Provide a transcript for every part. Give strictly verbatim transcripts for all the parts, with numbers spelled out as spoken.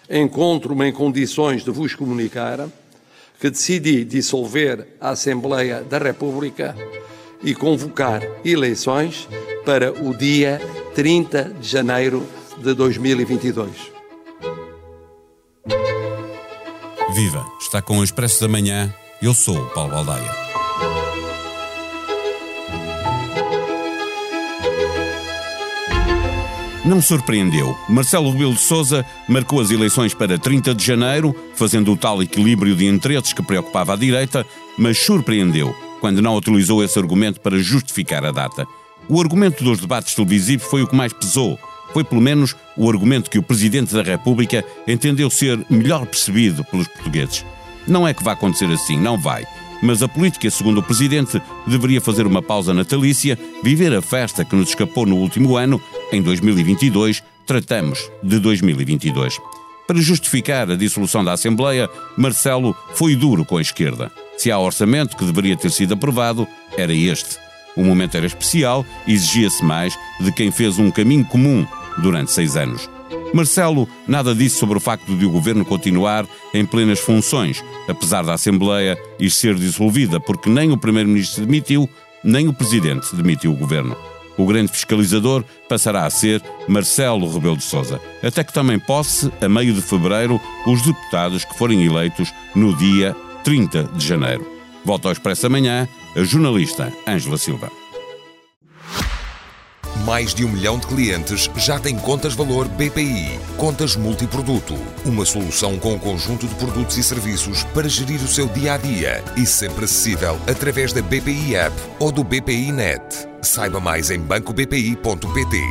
encontro-me em condições de vos comunicar que decidi dissolver a Assembleia da República e convocar eleições para o dia trinta de janeiro de dois mil e vinte e dois. Viva! Está com o Expresso da Manhã. Eu sou o Paulo Baldaia. Não surpreendeu. Marcelo Rebelo de Sousa marcou as eleições para trinta de janeiro, fazendo o tal equilíbrio de interesses que preocupava a direita, mas surpreendeu quando não utilizou esse argumento para justificar a data. O argumento dos debates televisivos foi o que mais pesou. Foi pelo menos o argumento que o Presidente da República entendeu ser melhor percebido pelos portugueses. Não é que vai acontecer assim, não vai. Mas a política, segundo o Presidente, deveria fazer uma pausa natalícia, viver a festa que nos escapou no último ano. Em dois mil e vinte e dois, tratamos de dois mil e vinte e dois. Para justificar a dissolução da Assembleia, Marcelo foi duro com a esquerda. Se há orçamento que deveria ter sido aprovado, era este. O momento era especial e exigia-se mais de quem fez um caminho comum durante seis anos. Marcelo nada disse sobre o facto de o governo continuar em plenas funções, apesar da Assembleia ir ser dissolvida, porque nem o primeiro-ministro demitiu, nem o presidente demitiu o governo. O grande fiscalizador passará a ser Marcelo Rebelo de Sousa, até que tomem posse, a meio de fevereiro, os deputados que forem eleitos no dia trinta de janeiro. Volta ao Expresso amanhã, a jornalista Ângela Silva. Mais de um milhão de clientes já têm contas valor B P I. Contas multiproduto. Uma solução com um conjunto de produtos e serviços para gerir o seu dia-a-dia e sempre acessível através da B P I App ou do B P I Net. Saiba mais em banco b p i ponto p t.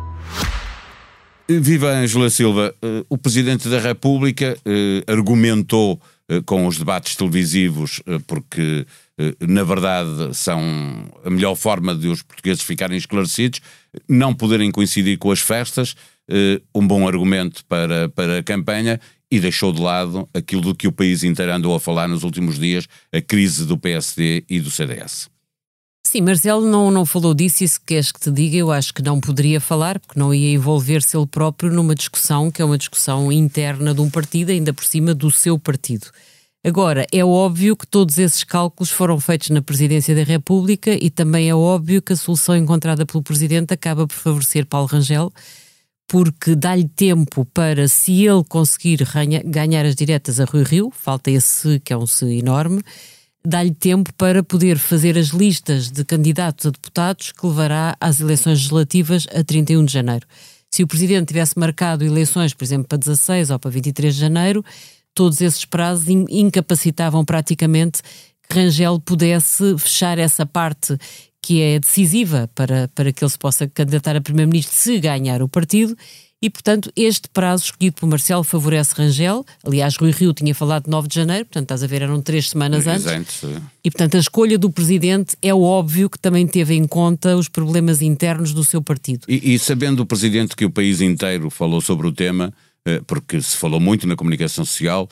Viva Ângela Silva. O Presidente da República argumentou com os debates televisivos porque, na verdade, são a melhor forma de os portugueses ficarem esclarecidos, não poderem coincidir com as festas, um bom argumento para, para a campanha, e deixou de lado aquilo do que o país inteiro andou a falar nos últimos dias, a crise do P S D e do C D S. Sim, Marcelo não, não falou disso, e se queres que te diga, eu acho que não poderia falar, porque não ia envolver-se ele próprio numa discussão que é uma discussão interna de um partido, ainda por cima do seu partido. Agora, é óbvio que todos esses cálculos foram feitos na Presidência da República e também é óbvio que a solução encontrada pelo Presidente acaba por favorecer Paulo Rangel, porque dá-lhe tempo para, se ele conseguir ganhar as diretas a Rui Rio, falta esse que é um se enorme, dá-lhe tempo para poder fazer as listas de candidatos a deputados que levará às eleições legislativas a trinta e um de janeiro. Se o Presidente tivesse marcado eleições, por exemplo, para dezasseis ou para vinte e três de janeiro, todos esses prazos incapacitavam praticamente que Rangel pudesse fechar essa parte que é decisiva para, para que ele se possa candidatar a Primeiro-Ministro se ganhar o partido. E, portanto, este prazo escolhido por Marcelo favorece Rangel. Aliás, Rui Rio tinha falado de nove de janeiro, portanto, estás a ver, eram três semanas antes. Exato. E, portanto, a escolha do Presidente é óbvio que também teve em conta os problemas internos do seu partido. E, e sabendo o Presidente que o país inteiro falou sobre o tema, porque se falou muito na comunicação social,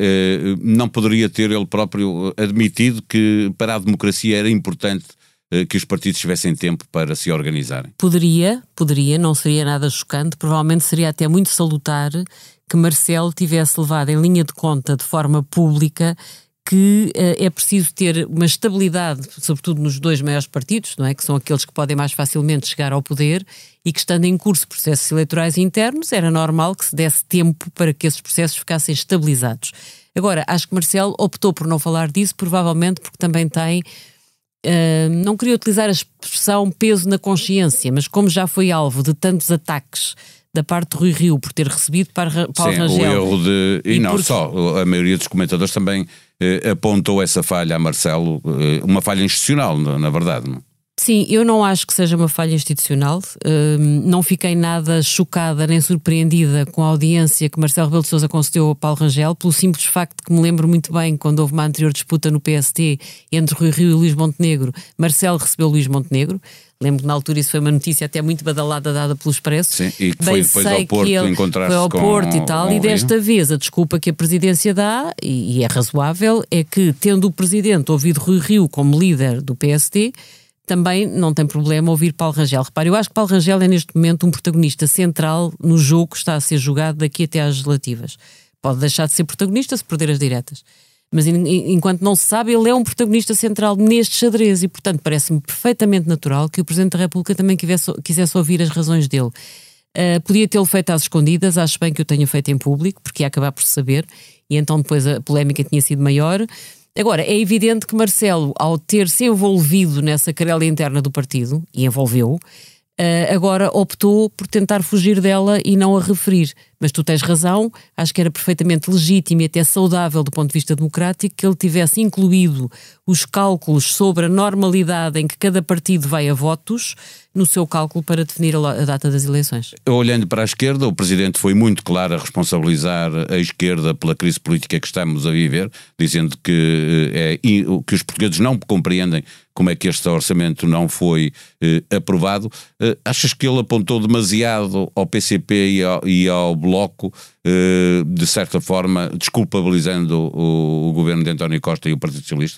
não poderia ter ele próprio admitido que para a democracia era importante que os partidos tivessem tempo para se organizarem? Poderia, poderia, não seria nada chocante, provavelmente seria até muito salutar que Marcelo tivesse levado em linha de conta de forma pública que uh, é preciso ter uma estabilidade, sobretudo nos dois maiores partidos, não é? Que são aqueles que podem mais facilmente chegar ao poder, e que, estando em curso processos eleitorais internos, era normal que se desse tempo para que esses processos ficassem estabilizados. Agora, acho que Marcelo optou por não falar disso, provavelmente porque também tem... Uh, não queria utilizar a expressão peso na consciência, mas como já foi alvo de tantos ataques da parte de Rui Rio por ter recebido para Paulo Sim, Rangel... o erro de... E, e não porque... só, a maioria dos comentadores também eh, apontou essa falha a Marcelo, eh, uma falha institucional, na, na verdade, não? Sim, eu não acho que seja uma falha institucional, uh, não fiquei nada chocada nem surpreendida com a audiência que Marcelo Rebelo de Sousa concedeu a Paulo Rangel, pelo simples facto que me lembro muito bem quando houve uma anterior disputa no P S D entre Rui Rio e Luís Montenegro, Marcelo recebeu Luís Montenegro. Lembro que na altura isso foi uma notícia até muito badalada dada pelo Expresso. Sim, e que foi depois ao Porto encontrar-se foi ao com Porto e tal, o e desta vez a desculpa que a Presidência dá, e, e é razoável, é que tendo o Presidente ouvido Rui Rio como líder do P S D, também não tem problema ouvir Paulo Rangel. Repare, eu acho que Paulo Rangel é neste momento um protagonista central no jogo que está a ser jogado daqui até às legislativas. Pode deixar de ser protagonista se perder as diretas. Mas enquanto não se sabe, ele é um protagonista central neste xadrez e, portanto, parece-me perfeitamente natural que o Presidente da República também quisesse, quisesse ouvir as razões dele. Uh, podia tê-lo feito às escondidas, acho bem que o tenha feito em público, porque ia acabar por se saber, e então depois a polémica tinha sido maior. Agora, é evidente que Marcelo, ao ter-se envolvido nessa querela interna do partido, e envolveu, Uh, agora optou por tentar fugir dela e não a referir. Mas tu tens razão, acho que era perfeitamente legítimo e até saudável do ponto de vista democrático que ele tivesse incluído os cálculos sobre a normalidade em que cada partido vai a votos no seu cálculo para definir a, a data das eleições. Olhando para a esquerda, o Presidente foi muito claro a responsabilizar a esquerda pela crise política que estamos a viver, dizendo que, é, que os portugueses não compreendem como é que este orçamento não foi eh, aprovado. Eh, achas que ele apontou demasiado ao P C P e ao, e ao Bloco, eh, de certa forma, desculpabilizando o, o governo de António Costa e o Partido Socialista?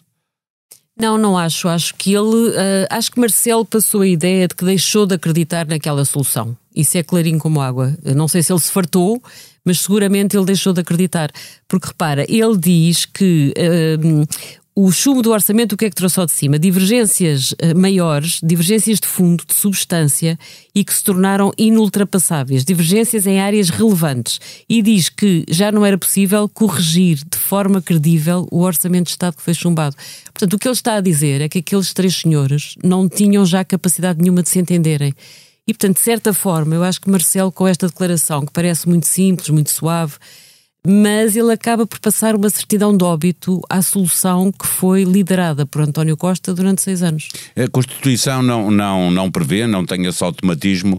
Não, não acho. Acho que ele, uh, acho que Marcelo passou a ideia de que deixou de acreditar naquela solução. Isso é clarinho como água. Eu não sei se ele se fartou, mas seguramente ele deixou de acreditar. Porque repara, ele diz que uh, o chumbo do orçamento, o que é que trouxe ao de cima? Divergências uh, maiores, divergências de fundo, de substância e que se tornaram inultrapassáveis. Divergências em áreas relevantes. E diz que já não era possível corrigir de forma credível o orçamento de Estado que foi chumbado. Portanto, o que ele está a dizer é que aqueles três senhores não tinham já capacidade nenhuma de se entenderem. E, portanto, de certa forma, eu acho que Marcelo, com esta declaração, que parece muito simples, muito suave, mas ele acaba por passar uma certidão de óbito à solução que foi liderada por António Costa durante seis anos. A Constituição não, não, não prevê, não tem esse automatismo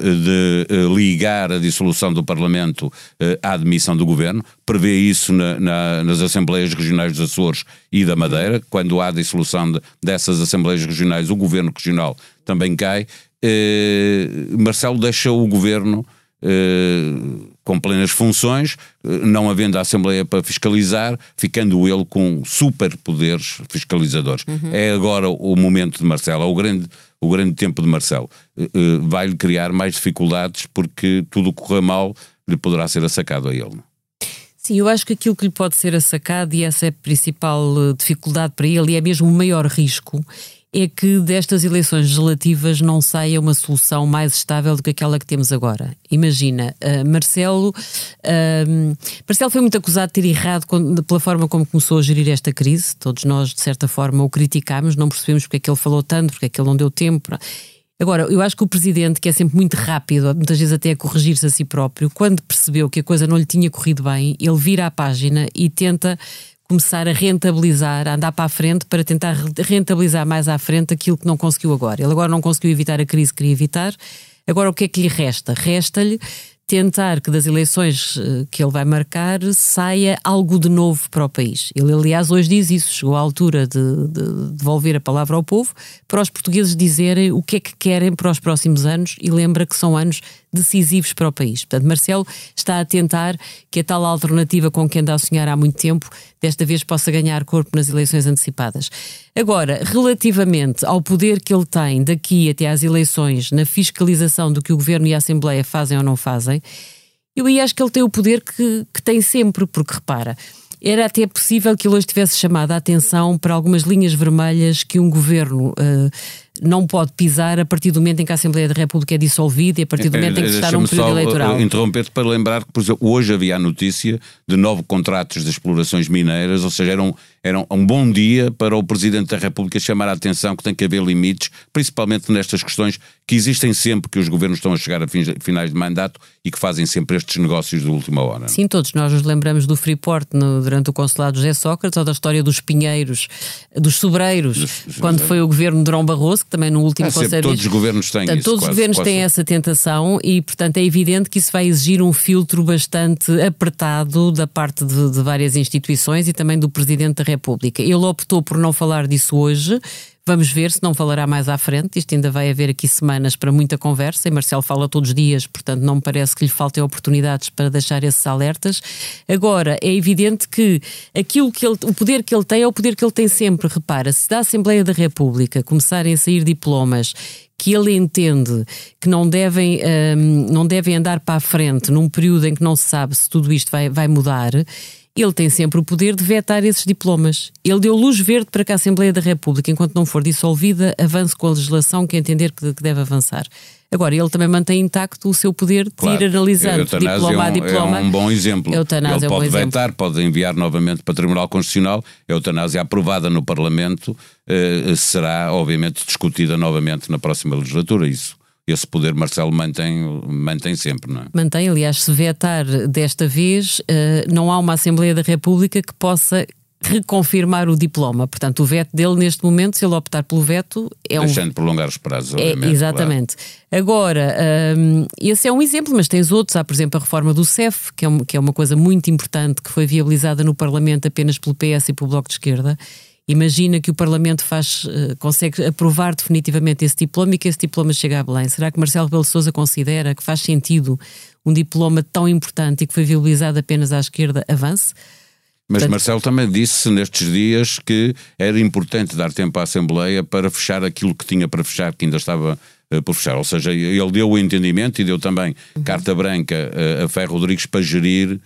de ligar a dissolução do Parlamento à admissão do Governo, prevê isso na, na, nas Assembleias Regionais dos Açores e da Madeira. Quando há dissolução de, dessas Assembleias Regionais, o Governo Regional também cai. Eh, Marcelo deixa o Governo Uh, com plenas funções, uh, não havendo a Assembleia para fiscalizar, ficando ele com superpoderes fiscalizadores. Uhum. É agora o momento de Marcelo, é o grande, o grande tempo de Marcelo. Uh, uh, vai-lhe criar mais dificuldades porque tudo o que correr mal lhe poderá ser assacado a ele. Sim, eu acho que aquilo que lhe pode ser assacado, e essa é a principal dificuldade para ele, e é mesmo o maior risco, é que destas eleições legislativas não saia uma solução mais estável do que aquela que temos agora. Imagina, uh, Marcelo, uh, Marcelo foi muito acusado de ter errado com, pela forma como começou a gerir esta crise. Todos nós, de certa forma, o criticámos, não percebemos porque é que ele falou tanto, porque é que ele não deu tempo. Agora, eu acho que o Presidente, que é sempre muito rápido, muitas vezes até a corrigir-se a si próprio, quando percebeu que a coisa não lhe tinha corrido bem, ele vira a página e tenta começar a rentabilizar, a andar para a frente para tentar rentabilizar mais à frente aquilo que não conseguiu agora. Ele agora não conseguiu evitar a crise que queria evitar. Agora o que é que lhe resta? Resta-lhe tentar que das eleições que ele vai marcar saia algo de novo para o país. Ele, aliás, hoje diz isso. Chegou à altura de, de devolver a palavra ao povo para os portugueses dizerem o que é que querem para os próximos anos e lembra que são anos decisivos para o país. Portanto, Marcelo está a tentar que a tal alternativa com quem anda a sonhar há muito tempo desta vez possa ganhar corpo nas eleições antecipadas. Agora, relativamente ao poder que ele tem daqui até às eleições na fiscalização do que o Governo e a Assembleia fazem ou não fazem, eu acho que ele tem o poder que, que tem sempre, porque repara, era até possível que ele hoje tivesse chamado a atenção para algumas linhas vermelhas que um Governo uh, não pode pisar a partir do momento em que a Assembleia da República é dissolvida e a partir do momento em que se está num período eleitoral. Interromper-te para lembrar que, por exemplo, hoje havia a notícia de nove contratos de explorações mineiras, ou seja, era um, era um bom dia para o Presidente da República chamar a atenção que tem que haver limites, principalmente nestas questões que existem sempre, que os governos estão a chegar a fins, finais de mandato e que fazem sempre estes negócios de última hora. Sim, todos nós nos lembramos do Freeport no, durante o consulado José Sócrates, ou da história dos pinheiros, dos sobreiros, dos, quando foi o governo de Durão Barroso, que também no último ah, conselho... Todos os governos têm portanto, isso. Todos os quase, governos quase. têm essa tentação e, portanto, é evidente que isso vai exigir um filtro bastante apertado da parte de, de várias instituições e também do Presidente da República. Ele optou por não falar disso hoje, Vamos ver se não falará mais à frente. Isto ainda vai haver aqui semanas para muita conversa, e Marcelo fala todos os dias, portanto não me parece que lhe faltem oportunidades para deixar esses alertas. Agora, é evidente que aquilo que ele, o poder que ele tem é o poder que ele tem sempre. Repara, se da Assembleia da República começarem a sair diplomas que ele entende que não devem, hum, não devem andar para a frente num período em que não se sabe se tudo isto vai, vai mudar, ele tem sempre o poder de vetar esses diplomas. Ele deu luz verde para que a Assembleia da República, enquanto não for dissolvida, avance com a legislação que entender que deve avançar. Agora, ele também mantém intacto o seu poder de claro, ir analisando diploma é um, a diploma. É um bom exemplo. Ele é um pode vetar, exemplo. pode enviar novamente para o Tribunal Constitucional. A eutanásia aprovada no Parlamento eh, será, obviamente, discutida novamente na próxima legislatura. Isso. Esse poder Marcelo mantém, mantém sempre, não é? Mantém, aliás, se vetar desta vez, uh, não há uma Assembleia da República que possa reconfirmar o diploma. Portanto, o veto dele neste momento, se ele optar pelo veto, é um... Deixando prolongar os prazos, é, obviamente. Exatamente. Claro. Agora, um, esse é um exemplo, mas tens outros. Há, por exemplo, a reforma do C E F, que é, um, que é uma coisa muito importante, que foi viabilizada no Parlamento apenas pelo P S e pelo Bloco de Esquerda. Imagina que o Parlamento faz, uh, consegue aprovar definitivamente esse diploma e que esse diploma chega a Belém. Será que Marcelo Rebelo de Sousa considera que faz sentido um diploma tão importante e que foi viabilizado apenas à esquerda avance? Mas Portanto, Marcelo também disse nestes dias que era importante dar tempo à Assembleia para fechar aquilo que tinha para fechar, que ainda estava uh, por fechar. Ou seja, ele deu o entendimento e deu também uhum. carta branca uh, a Ferro Rodrigues para gerir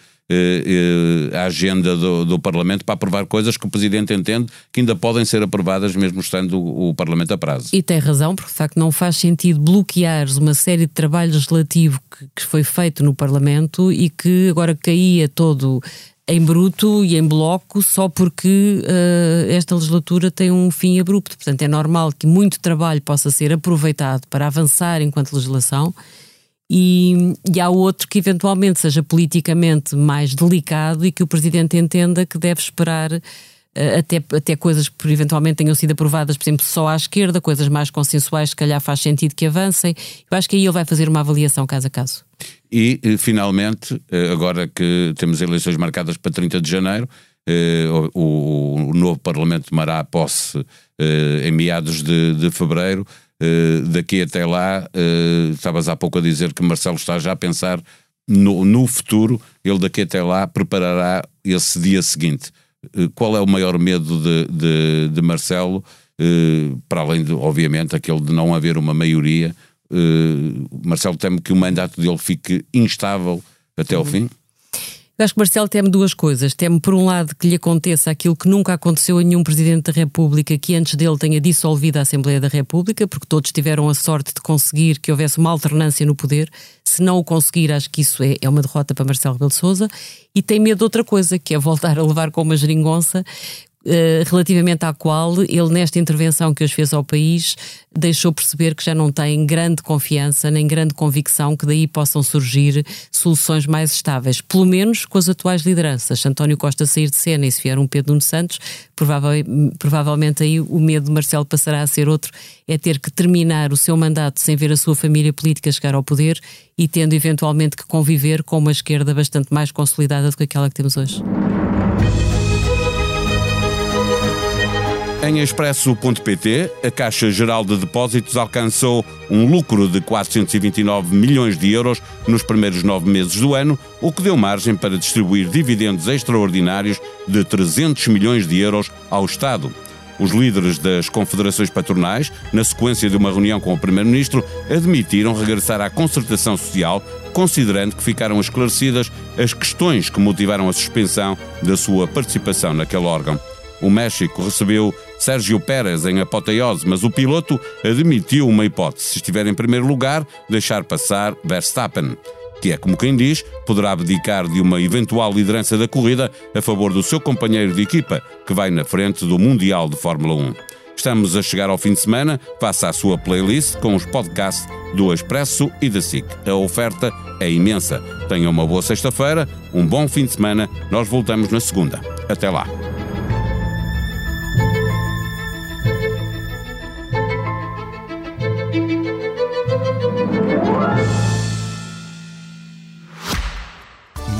a agenda do, do Parlamento para aprovar coisas que o Presidente entende que ainda podem ser aprovadas mesmo estando o, o Parlamento a prazo. E tem razão, porque de facto não faz sentido bloqueares uma série de trabalho legislativo que, que foi feito no Parlamento e que agora caía todo em bruto e em bloco só porque uh, esta legislatura tem um fim abrupto. Portanto, é normal que muito trabalho possa ser aproveitado para avançar enquanto legislação. E, e há outro que eventualmente seja politicamente mais delicado e que o Presidente entenda que deve esperar uh, até, até coisas que eventualmente tenham sido aprovadas, por exemplo, só à esquerda, coisas mais consensuais, se calhar faz sentido que avancem. Eu acho que aí ele vai fazer uma avaliação caso a caso. E, finalmente, agora que temos eleições marcadas para trinta de janeiro, o, o novo Parlamento tomará posse em meados de, de fevereiro. Uh, daqui até lá, uh, estavas há pouco a dizer que Marcelo está já a pensar no, no futuro, ele daqui até lá preparará esse dia seguinte. Uh, qual é o maior medo de, de, de Marcelo, uh, para além de, obviamente, aquele de não haver uma maioria? Uh, Marcelo teme que o mandato dele fique instável até ao fim? Eu acho que Marcelo teme duas coisas. Teme, por um lado, que lhe aconteça aquilo que nunca aconteceu a nenhum Presidente da República, que antes dele tenha dissolvido a Assembleia da República, porque todos tiveram a sorte de conseguir que houvesse uma alternância no poder. Se não o conseguir, acho que isso é, é uma derrota para Marcelo Rebelo de Sousa. E tem medo de outra coisa, que é voltar a levar com uma geringonça, Uh, relativamente à qual ele, nesta intervenção que hoje fez ao país, deixou perceber que já não tem grande confiança nem grande convicção que daí possam surgir soluções mais estáveis, pelo menos com as atuais lideranças. Se António Costa sair de cena e se vier um Pedro Nuno Santos, provável, provavelmente aí o medo de Marcelo passará a ser outro, é ter que terminar o seu mandato sem ver a sua família política chegar ao poder e tendo eventualmente que conviver com uma esquerda bastante mais consolidada do que aquela que temos hoje. Em expresso ponto pt, a Caixa Geral de Depósitos alcançou um lucro de quatrocentos e vinte e nove milhões de euros nos primeiros nove meses do ano, o que deu margem para distribuir dividendos extraordinários de trezentos milhões de euros ao Estado. Os líderes das confederações patronais, na sequência de uma reunião com o Primeiro-Ministro, admitiram regressar à concertação social, considerando que ficaram esclarecidas as questões que motivaram a suspensão da sua participação naquele órgão. O México recebeu Sérgio Pérez em apoteose, mas o piloto admitiu uma hipótese: se estiver em primeiro lugar, deixar passar Verstappen, que é, como quem diz, poderá abdicar de uma eventual liderança da corrida a favor do seu companheiro de equipa, que vai na frente do Mundial de Fórmula um. Estamos a chegar ao fim de semana, faça a sua playlist com os podcasts do Expresso e da S I C. A oferta é imensa. Tenha uma boa sexta-feira, um bom fim de semana, nós voltamos na segunda. Até lá.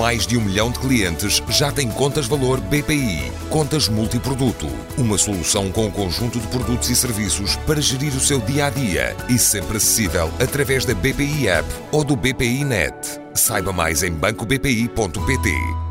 Mais de um milhão de clientes já têm contas valor B P I. Contas multiproduto. Uma solução com um conjunto de produtos e serviços para gerir o seu dia-a-dia e sempre acessível através da B P I App ou do B P I Net. Saiba mais em banco b p i ponto p t.